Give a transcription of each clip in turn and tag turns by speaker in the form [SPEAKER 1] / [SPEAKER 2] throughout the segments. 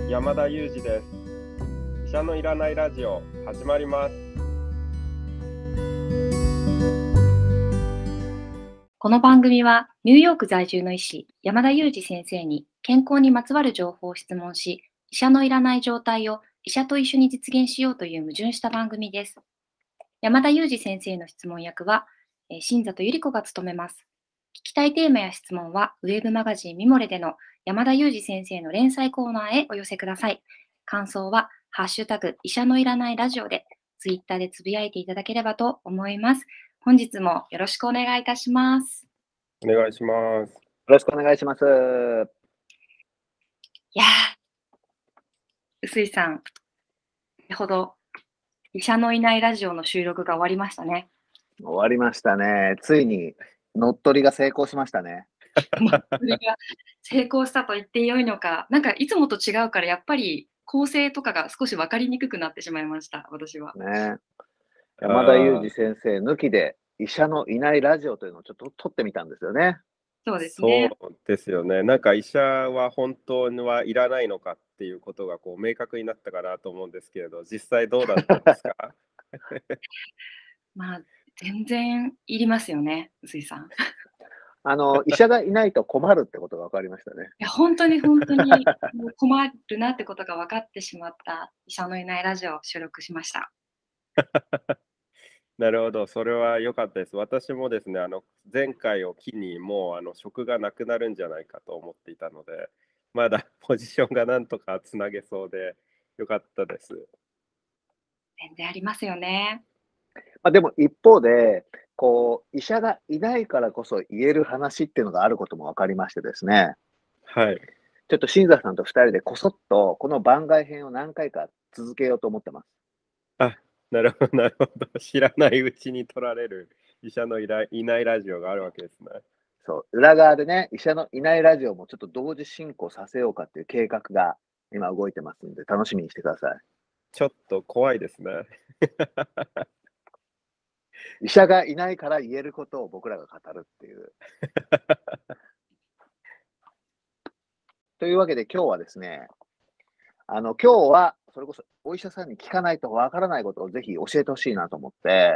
[SPEAKER 1] 山田裕二です。医者のいらないラジオ始まります。
[SPEAKER 2] この番組はニューヨーク在住の医師山田裕二先生に健康にまつわる情報を質問し、医者のいらない状態を医者と一緒に実現しようという矛盾した番組です。山田裕二先生の質問役は、新里百合子が務めます。聞きたいテーマや質問はウェブマガジンミモレでの山田裕二先生の連載コーナーへお寄せください。感想はハッシュタグ医者のいらないラジオでツイッターでつぶやいていただければと思います。本日もよろしくお願いいたします。
[SPEAKER 1] お願いします。
[SPEAKER 3] よろしくお願いします。
[SPEAKER 2] いやー、臼井さん、先ほど医者のいないラジオの収録が終わりましたね。
[SPEAKER 3] 終わりましたね。ついに乗っ取りが成功しましたね。
[SPEAKER 2] それが成功したと言ってよいのか、なんかいつもと違うからやっぱり構成とかが少し分かりにくくなってしまいました、私は。
[SPEAKER 3] ね。山田裕二先生抜きで医者のいないラジオというのをちょっと撮ってみたんですよね。
[SPEAKER 2] そうですね。
[SPEAKER 1] そうですよね。なんか医者は本当はいらないのかっていうことがこう明確になったかなと思うんですけれど、実際どうだったんですか？
[SPEAKER 2] まあ、全然いりますよね、臼井さん。
[SPEAKER 3] 医者がいないと困るってことが分かりましたね。
[SPEAKER 2] いや、本当にもう困るなってことが分かってしまった医者のいないラジオを収録しました。
[SPEAKER 1] なるほど、それは良かったです。私もですね、前回を機にもう職がなくなるんじゃないかと思っていたので、まだポジションがなんとかつなげそうで良かったです。
[SPEAKER 2] 全然ありますよね。
[SPEAKER 3] でも一方で、医者がいないからこそ言える話っていうのがあることも分かりましてですね。
[SPEAKER 1] はい。
[SPEAKER 3] ちょっと新座さんと2人でこそっとこの番外編を何回か続けようと思ってます。
[SPEAKER 1] あ、なるほど、なるほど。知らないうちに取られる医者のいないラジオがあるわけですね。
[SPEAKER 3] そう、裏側でね、医者のいないラジオもちょっと同時進行させようかっていう計画が今動いてますんで、楽しみにしてください。
[SPEAKER 1] ちょっと怖いですね。
[SPEAKER 3] 医者がいないから言えることを僕らが語るっていう。というわけで今日はですね、今日はそれこそお医者さんに聞かないとわからないことをぜひ教えてほしいなと思って、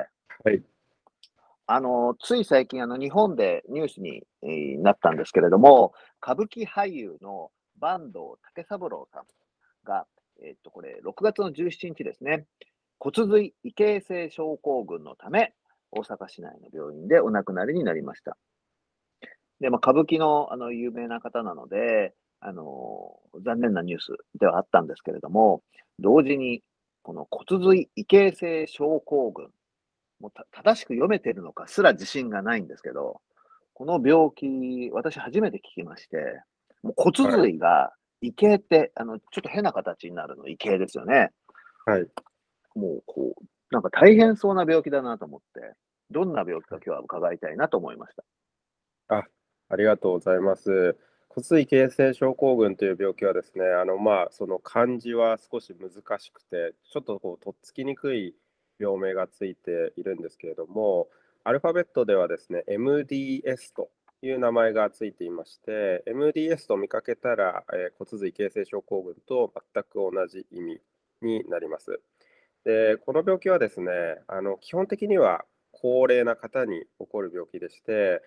[SPEAKER 1] はい。
[SPEAKER 3] つい最近日本でニュースに、なったんですけれども、歌舞伎俳優の坂東武三郎さんが、これ6月の17日ですね、骨髄異形成症候群のため、大阪市内の病院でお亡くなりになりました。で、歌舞伎の有名な方なので、残念なニュースではあったんですけれども、同時に、この骨髄異形成症候群、もう正しく読めてるのかすら自信がないんですけど、この病気、私初めて聞きまして、もう骨
[SPEAKER 1] はい。
[SPEAKER 3] 髄が異形って、ちょっと変な形になるの異形ですよね。
[SPEAKER 1] はい。
[SPEAKER 3] もうなんか大変そうな病気だなと思って、どんな病気か今日は伺いたいなと思いました。
[SPEAKER 1] あ、ありがとうございます。骨髄形成症候群という病気はですね、その漢字は少し難しくて、ちょっととっつきにくい病名がついているんですけれども、アルファベットではですね、MDS という名前がついていまして、MDS と見かけたら、骨髄形成症候群と全く同じ意味になります。で、この病気はですね、基本的には高齢な方に起こる病気でして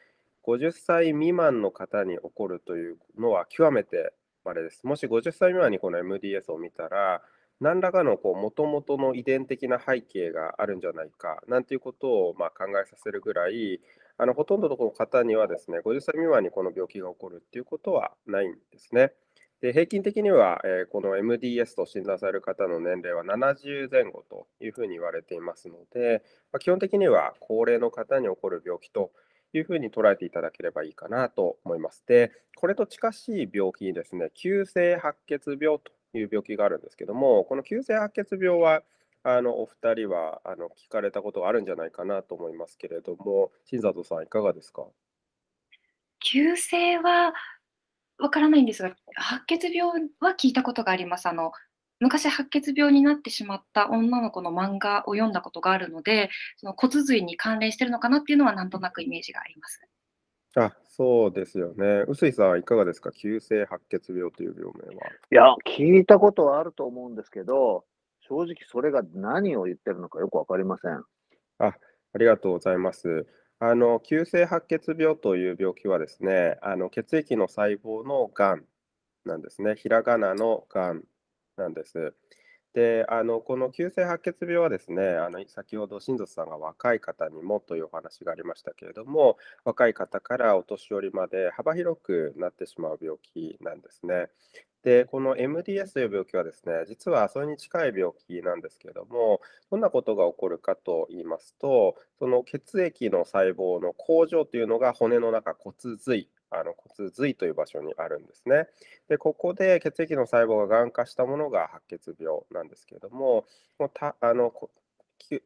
[SPEAKER 1] 、50歳未満の方に起こるというのは極めて稀です。もし50歳未満にこの MDS を見たら、何らかの元々の遺伝的な背景があるんじゃないかなんていうことを考えさせるぐらい、ほとんどの方にはですね、50歳未満にこの病気が起こるっていうことはないんですね。で、平均的には、この MDS と診断される方の年齢は70前後というふうに言われていますので、基本的には高齢の方に起こる病気というふうに捉えていただければいいかなと思います。で、これと近しい病気にですね、急性白血病という病気があるんですけども、この急性白血病は、お二人は聞かれたことがあるんじゃないかなと思いますけれども、新里さんいかがですか？
[SPEAKER 2] 急性はわからないんですが、白血病は聞いたことがあります。昔白血病になってしまった女の子の漫画を読んだことがあるので、その骨髄に関連してるのかなっていうのはなんとなくイメージがあります。
[SPEAKER 1] そうですよね。臼井さんはいかがですか？急性白血病という病名は。
[SPEAKER 3] いや、聞いたことはあると思うんですけど、正直それが何を言ってるのかよくわかりません。
[SPEAKER 1] あ、ありがとうございます。急性白血病という病気はですね、血液の細胞のがんなんですね。ひらがなのがんなんです。で、この急性白血病はですね、先ほど新里さんが若い方にもというお話がありましたけれども、若い方からお年寄りまで幅広くなってしまう病気なんですね。で、この MDS という病気はですね、実はそれに近い病気なんですけれども、どんなことが起こるかと言いますと、その血液の細胞の工場というのが骨の中、骨髄、骨髄という場所にあるんですね。で、ここで血液の細胞ががん化したものが白血病なんですけれども、このたあのこき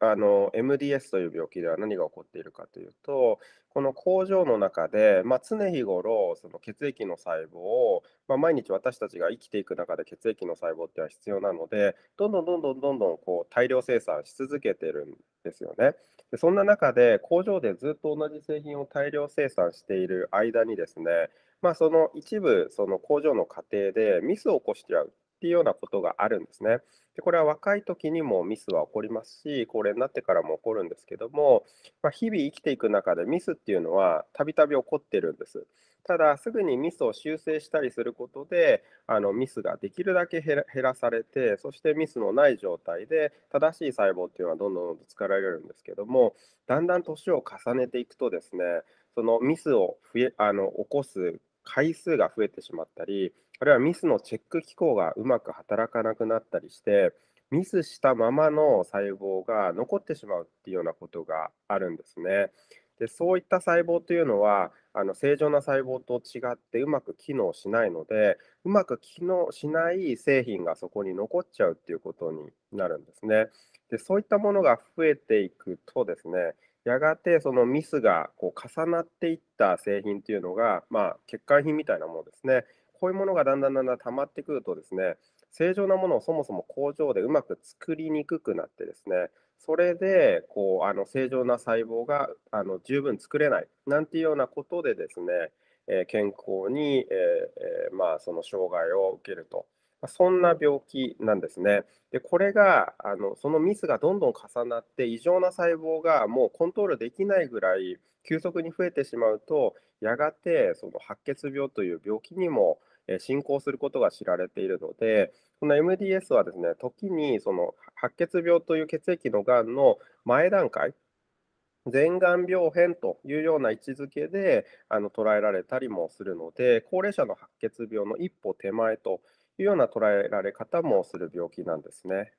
[SPEAKER 1] MDS という病気では何が起こっているかというと、この工場の中で、常日頃、その血液の細胞を、毎日私たちが生きていく中で血液の細胞っていうのは必要なので、どんどんこう大量生産し続けてるんですよね。で、そんな中で工場でずっと同じ製品を大量生産している間にですね、その一部、その工場の過程でミスを起こしちゃうっていうようなことがあるんですね。で、これは若い時にもミスは起こりますし、高齢になってからも起こるんですけども、日々生きていく中でミスっていうのはたびたび起こってるんです。ただ、すぐにミスを修正したりすることで、ミスができるだけ減らされて、そしてミスのない状態で正しい細胞っていうのはどんどん作られるんですけども、だんだん年を重ねていくとですね、そのミスを起こす回数が増えてしまったり、あるいはミスのチェック機構がうまく働かなくなったりして、ミスしたままの細胞が残ってしまうっていうようなことがあるんですね。で、そういった細胞というのは、正常な細胞と違ってうまく機能しないので、うまく機能しない製品がそこに残っちゃうっていうことになるんですね。で、そういったものが増えていくとですね、やがてそのミスがこう重なっていった製品っていうのが、欠陥品みたいなものですね。こういうものがだんだん溜まってくるとですね、正常なものをそもそも工場でうまく作りにくくなってですね、それでこう正常な細胞が十分作れないなんていうようなことでですね、健康に、その障害を受けると、そんな病気なんですね。で、これがそのミスがどんどん重なって異常な細胞がもうコントロールできないぐらい急速に増えてしまうと、やがてその白血病という病気にも進行することが知られているので、この MDS はですね、時にその白血病という血液のがんの前段階、前がん病変というような位置づけで捉えられたりもするので、高齢者の白血病の一歩手前というような捉えられ方もする病気なんですね。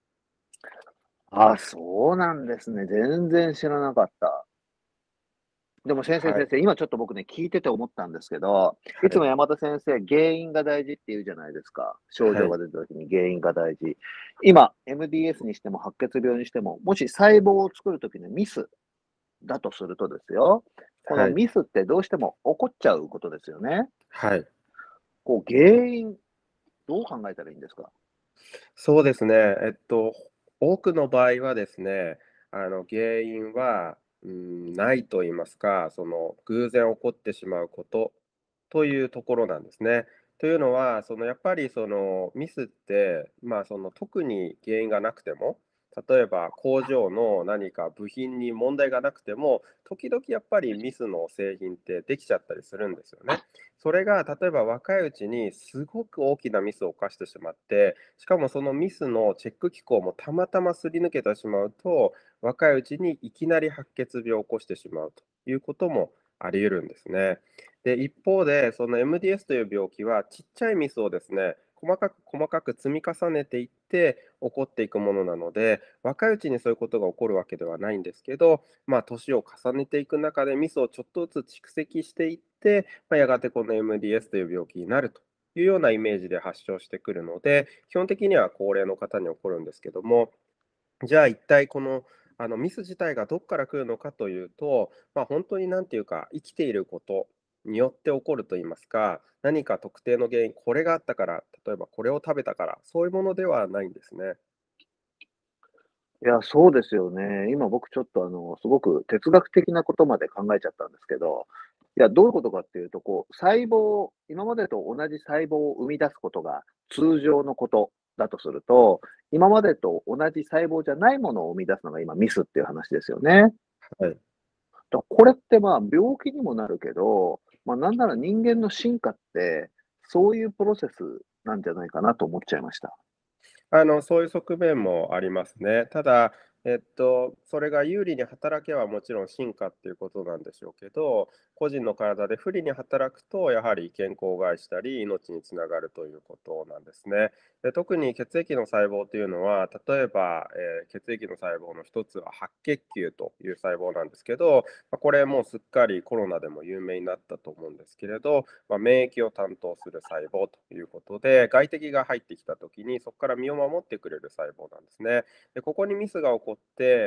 [SPEAKER 3] あ、そうなんですね。全然知らなかった。でも
[SPEAKER 1] はい。
[SPEAKER 3] 先生、今ちょっと僕ね、聞いてて思ったんですけど、いつも
[SPEAKER 1] はい。
[SPEAKER 3] 山田先生、原因が大事って言うじゃないですか。症
[SPEAKER 1] はい。
[SPEAKER 3] 状が出た時に原因が大事。今、MDS にしても白血病にしても、もし細胞を作る時のミスだとするとですよ、この
[SPEAKER 1] はい。
[SPEAKER 3] ミスってどうしても起こっちゃうことですよね。
[SPEAKER 1] はい。
[SPEAKER 3] こう、原因、どう考えたらいいんですか？
[SPEAKER 1] そうですね。多くの場合はですね、原因は、ないと言いますか、その偶然起こってしまうことというところなんですね。というのは、やっぱりそのミスって、その特に原因がなくても、例えば工場の何か部品に問題がなくても、時々やっぱりミスの製品ってできちゃったりするんですよね。それが例えば若いうちにすごく大きなミスを犯してしまって、しかもそのミスのチェック機構もたまたますり抜けてしまうと、若いうちにいきなり白血病を起こしてしまうということもあり得るんですね。で、一方で、その MDS という病気はちっちゃいミスをですね、細かく積み重ねていって起こっていくものなので、若いうちにそういうことが起こるわけではないんですけど、年を重ねていく中でミスをちょっとずつ蓄積していって、やがてこの MDS という病気になるというようなイメージで発症してくるので、基本的には高齢の方に起こるんですけども、じゃあ一体この、ミス自体がどこから来るのかというと、本当になんていうか、生きていることによって起こると言いますか、何か特定の原因、これがあったから、例えばこれを食べたから、そういうものではないんですね。
[SPEAKER 3] いや、そうですよね。今僕ちょっとすごく哲学的なことまで考えちゃったんですけど、 や、どういうことかっていうと、今までと同じ細胞を生み出すことが通常のことだとすると、今までと同じ細胞じゃないものを生み出すのが今ミスっていう話ですよね。
[SPEAKER 1] はい。
[SPEAKER 3] これって病気にもなるけど、なんなら人間の進化って、そういうプロセスなんじゃないかなと思っちゃいました。
[SPEAKER 1] そういう側面もありますね。ただ、それが有利に働けばもちろん進化っていうことなんでしょうけど、個人の体で不利に働くと、やはり健康を害したり、命につながるということなんですね。で、特に血液の細胞というのは、例えば、血液の細胞の一つは白血球という細胞なんですけど、これもうすっかりコロナでも有名になったと思うんですけれど、免疫を担当する細胞ということで、外敵が入ってきたときに、そこから身を守ってくれる細胞なんですね。で、ここにミスが起こって、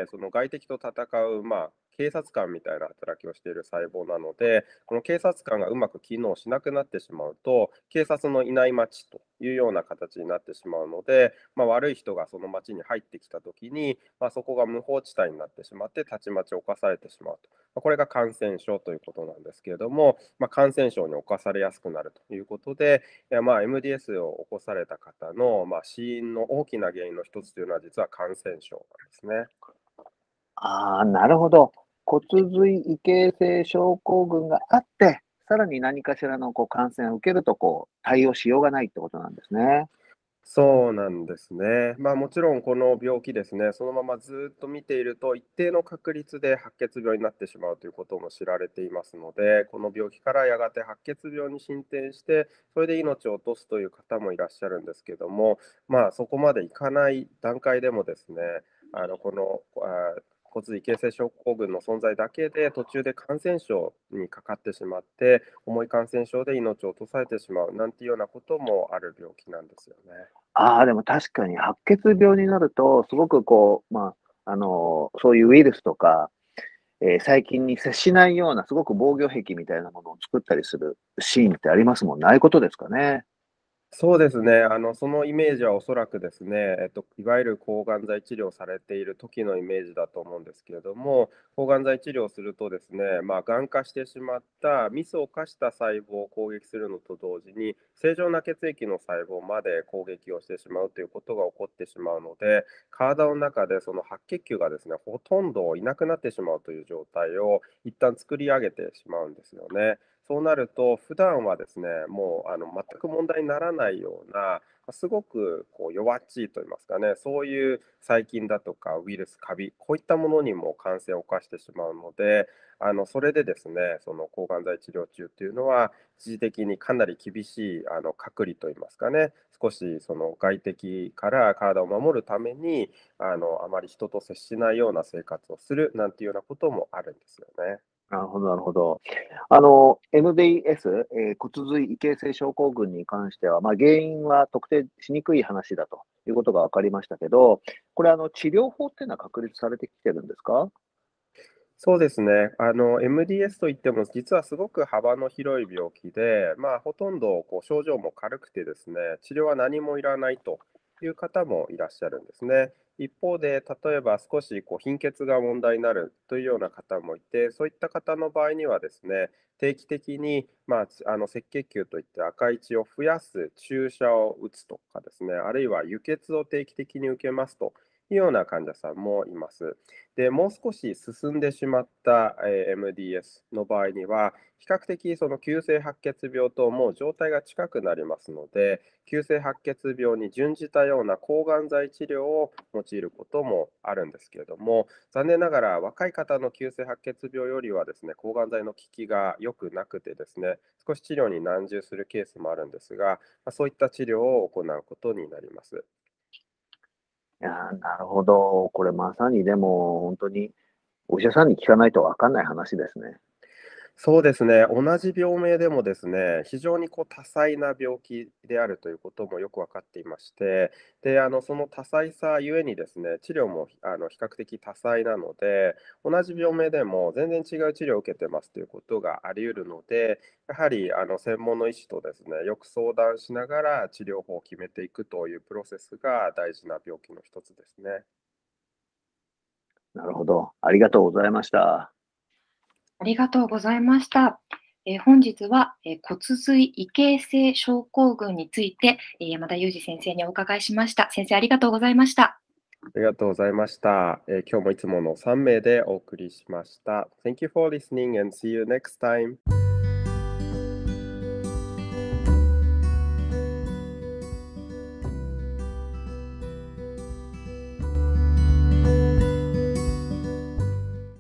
[SPEAKER 1] その外敵と戦う、警察官みたいな働きをしている細胞なので、この警察官がうまく機能しなくなってしまうと、警察のいない街というような形になってしまうので、悪い人がその街に入ってきたときに、そこが無法地帯になってしまって、たちまち侵されてしまうと。これが感染症ということなんですけれども、感染症に侵されやすくなるということで、MDS を起こされた方の、死因の大きな原因の一つというのは、実は感染症なんですね。
[SPEAKER 3] ああ、なるほど。骨髄異形成症候群があって、さらに何かしらの感染を受けると、対応しようがないってことなんですね。
[SPEAKER 1] そうなんですね。もちろんこの病気ですね、そのままずっと見ていると、一定の確率で白血病になってしまうということも知られていますので、この病気からやがて白血病に進展して、それで命を落とすという方もいらっしゃるんですけども、そこまでいかない段階でもですね、この骨髄形成症候群の存在だけで途中で感染症にかかってしまって、重い感染症で命を落とされてしまうなんていうようなこともある病気なんですよね。
[SPEAKER 3] ああ、でも確かに白血病になると、すごくそういうウイルスとか、細菌に接しないようなすごく防御壁みたいなものを作ったりするシーンってありますもんね。ああいうことですかね。
[SPEAKER 1] そうですね。そのイメージはおそらくですね、いわゆる抗がん剤治療されている時のイメージだと思うんですけれども、抗がん剤治療をするとですね、がん化してしまったミスを犯した細胞を攻撃するのと同時に、正常な血液の細胞まで攻撃をしてしまうということが起こってしまうので、体の中でその白血球がですね、ほとんどいなくなってしまうという状態を一旦作り上げてしまうんですよね。そうなると、普段はですね、もう全く問題にならないような、すごく弱っちいと言いますかね、そういう細菌だとかウイルス、カビ、こういったものにも感染を犯してしまうので、それでですね、その抗がん剤治療中っていうのは、一時的にかなり厳しい隔離と言いますかね、少しその外敵から体を守るために、あまり人と接しないような生活をするなんていうようなこともあるんですよね。
[SPEAKER 3] なるほどなるほど。MDS、骨髄異形成症候群に関しては、原因は特定しにくい話だということが分かりましたけど、これ治療法っていうのは確立されてきてるんですか？
[SPEAKER 1] そうですね。MDS といっても、実はすごく幅の広い病気で、ほとんど症状も軽くてですね、治療は何もいらないという方もいらっしゃるんですね。一方で、例えば少し貧血が問題になるというような方もいて、そういった方の場合にはですね、定期的に、赤血球といって赤い血を増やす注射を打つとかですね、あるいは輸血を定期的に受けますというような患者さんもいます。で、もう少し進んでしまった、MDS の場合には、比較的その急性白血病ともう状態が近くなりますので、急性白血病に準じたような抗がん剤治療を用いることもあるんですけれども、残念ながら若い方の急性白血病よりはですね、抗がん剤の効きが良くなくてですね、少し治療に難渋するケースもあるんですが、そういった治療を行うことになります。
[SPEAKER 3] いやー、なるほど。これまさにでも、本当にお医者さんに聞かないと分かんない話ですね。
[SPEAKER 1] そうですね。同じ病名でもですね、非常に多彩な病気であるということもよく分かっていまして、で、その多彩さゆえにですね、治療も比較的多彩なので、同じ病名でも全然違う治療を受けてますということがあり得るので、やはり専門の医師とですね、よく相談しながら治療法を決めていくというプロセスが大事な病気の一つですね。
[SPEAKER 3] なるほど。ありがとうございました。
[SPEAKER 2] ありがとうございました。 本日は、骨髄異形成症候群について、山田裕二先生にお伺いしました。先生、ありがとうございました。
[SPEAKER 1] ありがとうございました。今日もいつもの3名でお送りしました。Thank you for listening and see you next time.